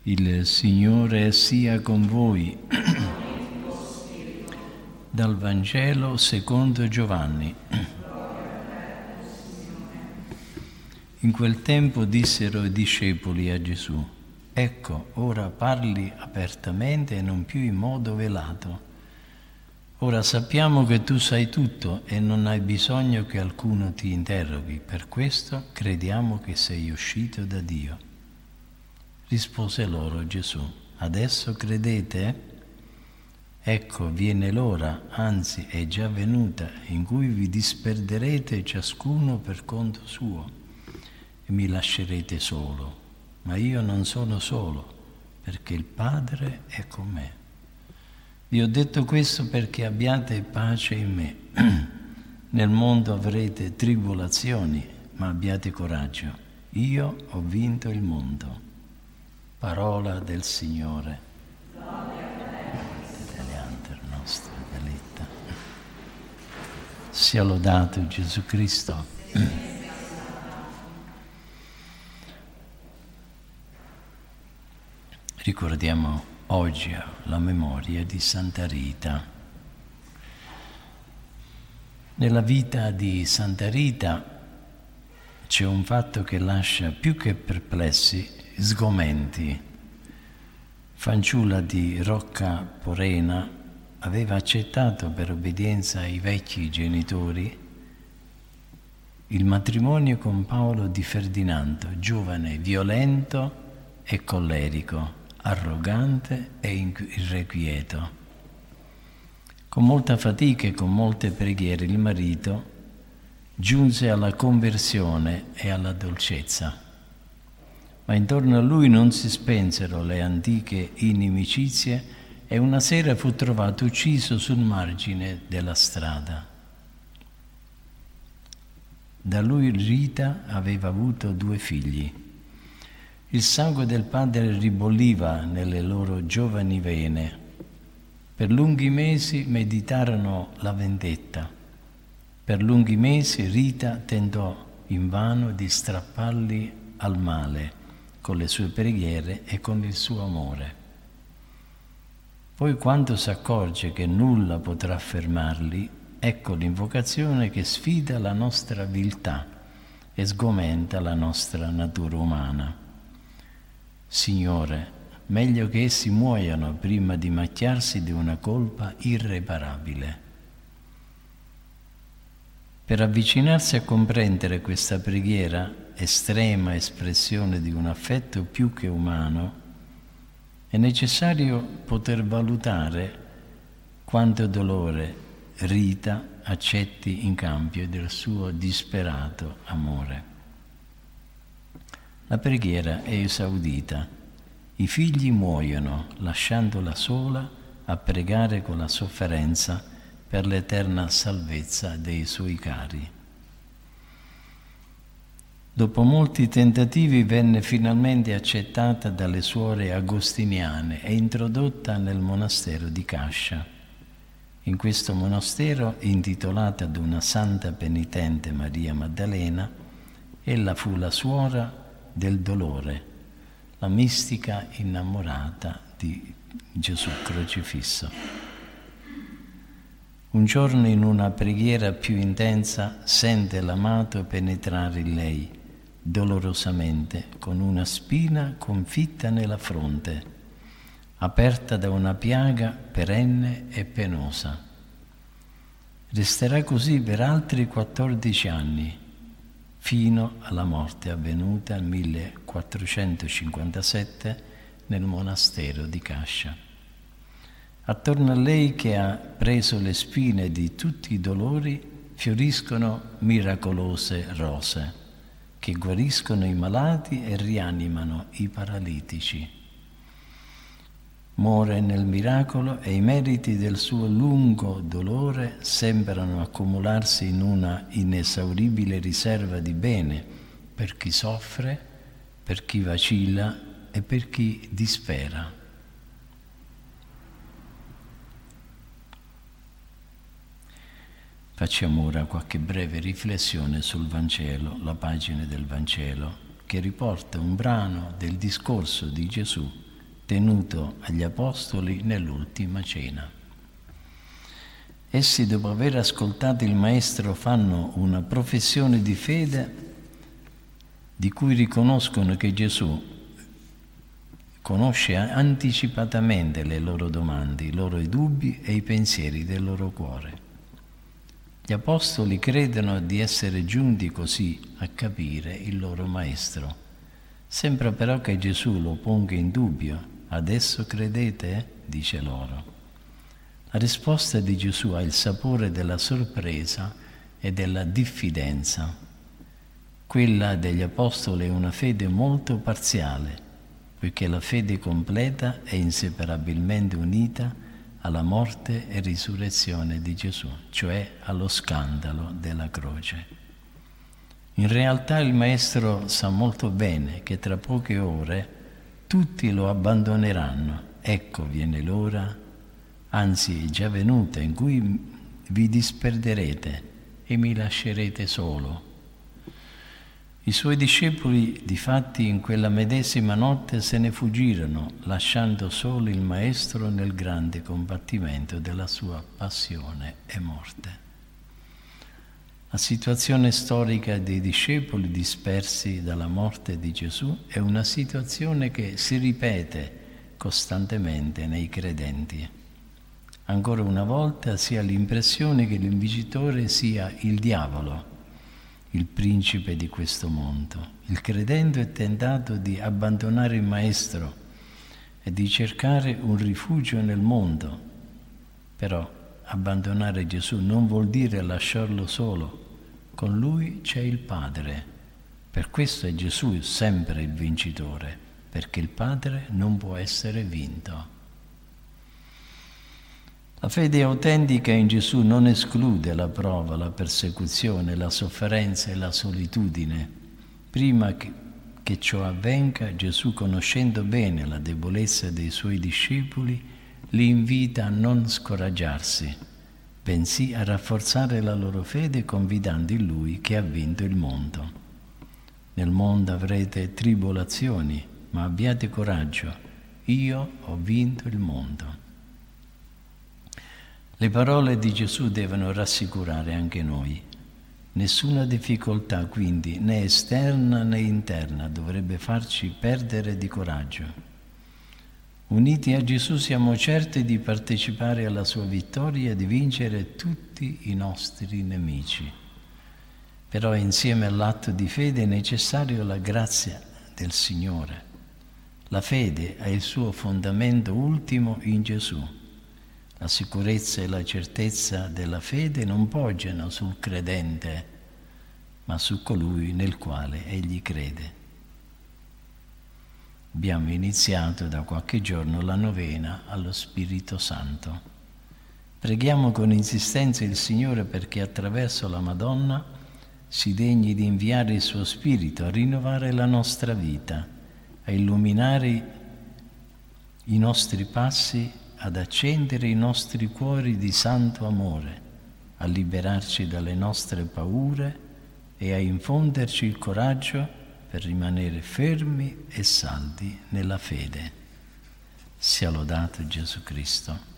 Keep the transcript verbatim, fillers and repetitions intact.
Il Signore sia con voi. Dal Vangelo secondo Giovanni. In quel tempo dissero i discepoli a Gesù: «Ecco, ora parli apertamente e non più in modo velato. Ora sappiamo che tu sai tutto e non hai bisogno che qualcuno ti interroghi. Per questo crediamo che sei uscito da Dio». Rispose loro Gesù: «Adesso credete? Ecco, viene l'ora, anzi è già venuta, in cui vi disperderete ciascuno per conto suo e mi lascerete solo. Ma io non sono solo, perché il Padre è con me. Vi ho detto questo perché abbiate pace in me. Nel mondo avrete tribolazioni, ma abbiate coraggio. Io ho vinto il mondo». Parola del Signore. Deleanter nostra deletta. Sia lodato Gesù Cristo. Ricordiamo oggi la memoria di Santa Rita. Nella vita di Santa Rita c'è un fatto che lascia più che perplessi sgomenti. Fanciulla di Rocca Porena, aveva accettato per obbedienza ai vecchi genitori il matrimonio con Paolo di Ferdinando, giovane, violento e collerico, arrogante e irrequieto. Con molta fatica e con molte preghiere il marito giunse alla conversione e alla dolcezza. Ma intorno a lui non si spensero le antiche inimicizie e una sera fu trovato ucciso sul margine della strada. Da lui Rita aveva avuto due figli. Il sangue del padre ribolliva nelle loro giovani vene. Per lunghi mesi meditarono la vendetta. Per lunghi mesi Rita tentò invano di strapparli al male con le sue preghiere e con il suo amore. Poi, quando si accorge che nulla potrà fermarli, ecco l'invocazione che sfida la nostra viltà e sgomenta la nostra natura umana. Signore, meglio che essi muoiano prima di macchiarsi di una colpa irreparabile. Per avvicinarsi a comprendere questa preghiera, estrema espressione di un affetto più che umano, è necessario poter valutare quanto dolore Rita accetti in cambio del suo disperato amore. La preghiera è esaudita. I figli muoiono, lasciandola sola a pregare con la sofferenza per l'eterna salvezza dei suoi cari. Dopo molti tentativi venne finalmente accettata dalle suore agostiniane e introdotta nel monastero di Cascia. In questo monastero, intitolata ad una santa penitente Maria Maddalena, ella fu la suora del dolore, la mistica innamorata di Gesù crocifisso. Un giorno, in una preghiera più intensa, sente l'amato penetrare in lei dolorosamente con una spina confitta nella fronte, aperta da una piaga perenne e penosa. Resterà così per altri quattordici anni, fino alla morte avvenuta nel millequattrocentocinquantasette nel monastero di Cascia. Attorno a lei, che ha preso le spine di tutti i dolori, fioriscono miracolose rose che guariscono i malati e rianimano i paralitici. Muore nel miracolo e i meriti del suo lungo dolore sembrano accumularsi in una inesauribile riserva di bene per chi soffre, per chi vacilla e per chi dispera. Facciamo ora qualche breve riflessione sul Vangelo, la pagina del Vangelo, che riporta un brano del discorso di Gesù tenuto agli Apostoli nell'ultima cena. Essi, dopo aver ascoltato il Maestro, fanno una professione di fede di cui riconoscono che Gesù conosce anticipatamente le loro domande, i loro dubbi e i pensieri del loro cuore. Gli Apostoli credono di essere giunti così a capire il loro Maestro. Sembra però che Gesù lo ponga in dubbio. Adesso credete? Dice loro. La risposta di Gesù ha il sapore della sorpresa e della diffidenza. Quella degli Apostoli è una fede molto parziale, poiché la fede completa è inseparabilmente unita alla morte e risurrezione di Gesù, cioè allo scandalo della croce. In realtà il Maestro sa molto bene che tra poche ore tutti lo abbandoneranno. Ecco, viene l'ora, anzi è già venuta, in cui vi disperderete e mi lascerete solo. I suoi discepoli, difatti, in quella medesima notte se ne fuggirono, lasciando solo il Maestro nel grande combattimento della sua passione e morte. La situazione storica dei discepoli dispersi dalla morte di Gesù è una situazione che si ripete costantemente nei credenti. Ancora una volta si ha l'impressione che l'invigitore sia il diavolo, il principe di questo mondo. Il credente è tentato di abbandonare il Maestro e di cercare un rifugio nel mondo. Però abbandonare Gesù non vuol dire lasciarlo solo. Con Lui c'è il Padre. Per questo è Gesù sempre il vincitore, perché il Padre non può essere vinto. La fede autentica in Gesù non esclude la prova, la persecuzione, la sofferenza e la solitudine. Prima che, che ciò avvenga, Gesù, conoscendo bene la debolezza dei Suoi discepoli, li invita a non scoraggiarsi, bensì a rafforzare la loro fede confidando in Lui che ha vinto il mondo. Nel mondo avrete tribolazioni, ma abbiate coraggio, io ho vinto il mondo. Le parole di Gesù devono rassicurare anche noi. Nessuna difficoltà, quindi, né esterna né interna, dovrebbe farci perdere di coraggio. Uniti a Gesù siamo certi di partecipare alla sua vittoria e di vincere tutti i nostri nemici. Però insieme all'atto di fede è necessario la grazia del Signore. La fede ha il suo fondamento ultimo in Gesù. La sicurezza e la certezza della fede non poggiano sul credente, ma su colui nel quale egli crede. Abbiamo iniziato da qualche giorno la novena allo Spirito Santo. Preghiamo con insistenza il Signore perché attraverso la Madonna si degni di inviare il suo Spirito a rinnovare la nostra vita, a illuminare i nostri passi, ad accendere i nostri cuori di santo amore, a liberarci dalle nostre paure e a infonderci il coraggio per rimanere fermi e saldi nella fede. Sia lodato Gesù Cristo.